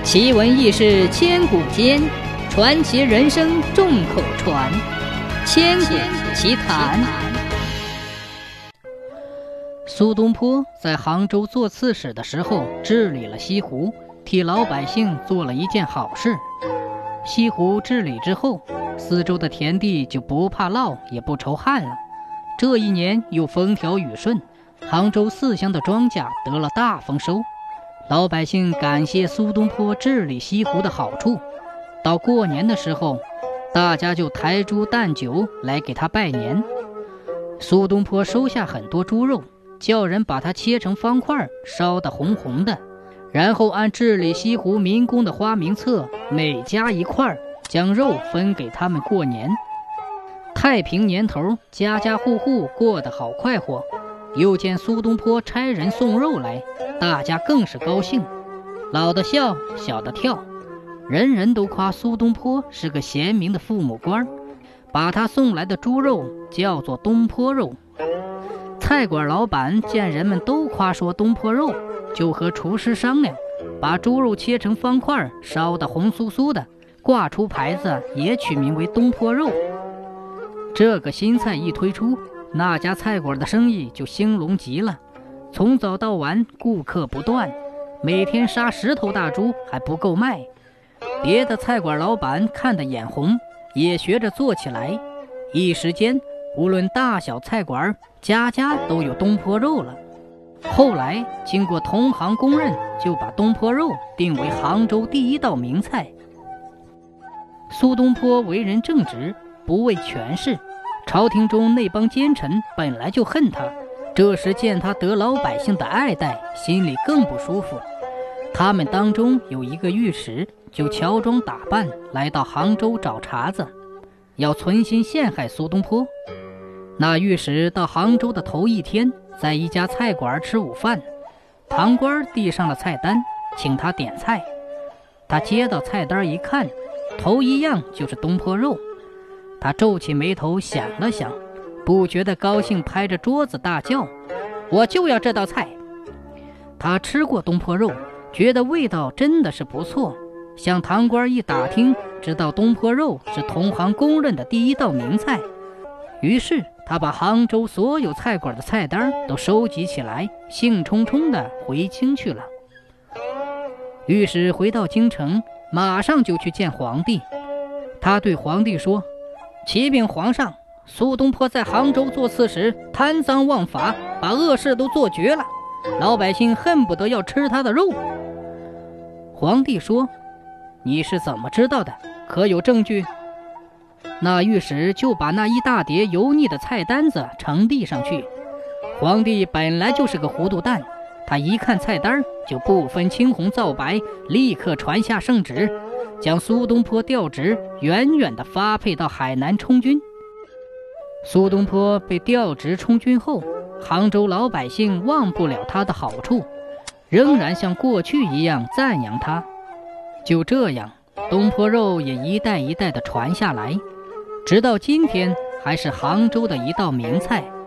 奇闻异事千古间，传奇人生众口传。千古奇谈。苏东坡在杭州做刺史的时候，治理了西湖，替老百姓做了一件好事。西湖治理之后，四周的田地就不怕涝，也不愁旱了。这一年又风调雨顺，杭州4乡的庄稼得了大丰收。老百姓感谢苏东坡治理西湖的好处。到过年的时候，大家就抬猪担酒来给他拜年。苏东坡收下很多猪肉，叫人把它切成方块，烧得红红的，然后按治理西湖民工的花名册，每家一块，将肉分给他们过年。太平年头，家家户户过得好快活。又见苏东坡差人送肉来，大家更是高兴，老的笑，小的跳，人人都夸苏东坡是个贤明的父母官，把他送来的猪肉叫做东坡肉。菜馆老板见人们都夸说东坡肉，就和厨师商量，把猪肉切成方块，烧得红酥酥的，挂出牌子，也取名为东坡肉。这个新菜一推出，那家菜馆的生意就兴隆极了，从早到晚顾客不断，每天杀10头大猪还不够卖。别的菜馆老板看得眼红，也学着做起来。一时间，无论大小菜馆，家家都有东坡肉了。后来经过同行公认，就把东坡肉定为杭州第1道名菜。苏东坡为人正直，不为权势，朝廷中那帮奸臣本来就恨他，这时见他得老百姓的爱戴，心里更不舒服。他们当中有一个御史，就乔装打扮来到杭州找茬子，要存心陷害苏东坡。那御史到杭州的头一天，在一家菜馆吃午饭，堂官递上了菜单，请他点菜。他接到菜单一看，头一样就是东坡肉。他皱起眉头想了想，不觉得高兴，拍着桌子大叫：“我就要这道菜！”他吃过东坡肉，觉得味道真的是不错，向堂官一打听，知道东坡肉是同行公认的第1道名菜。于是他把杭州所有菜馆的菜单都收集起来，兴冲冲地回京去了。御史回到京城，马上就去见皇帝。他对皇帝说：“启禀皇上，苏东坡在杭州做刺史，贪赃枉法，把恶事都做绝了，老百姓恨不得要吃他的肉。”皇帝说：“你是怎么知道的？可有证据？”那御史就把那一大叠油腻的菜单子呈递上去。皇帝本来就是个糊涂蛋，他一看菜单就不分青红皂白，立刻传下圣旨，将苏东坡调职，远远地发配到海南充军。苏东坡被调职充军后，杭州老百姓忘不了他的好处，仍然像过去一样赞扬他。就这样，东坡肉也一代一代地传下来，直到今天还是杭州的一道名菜。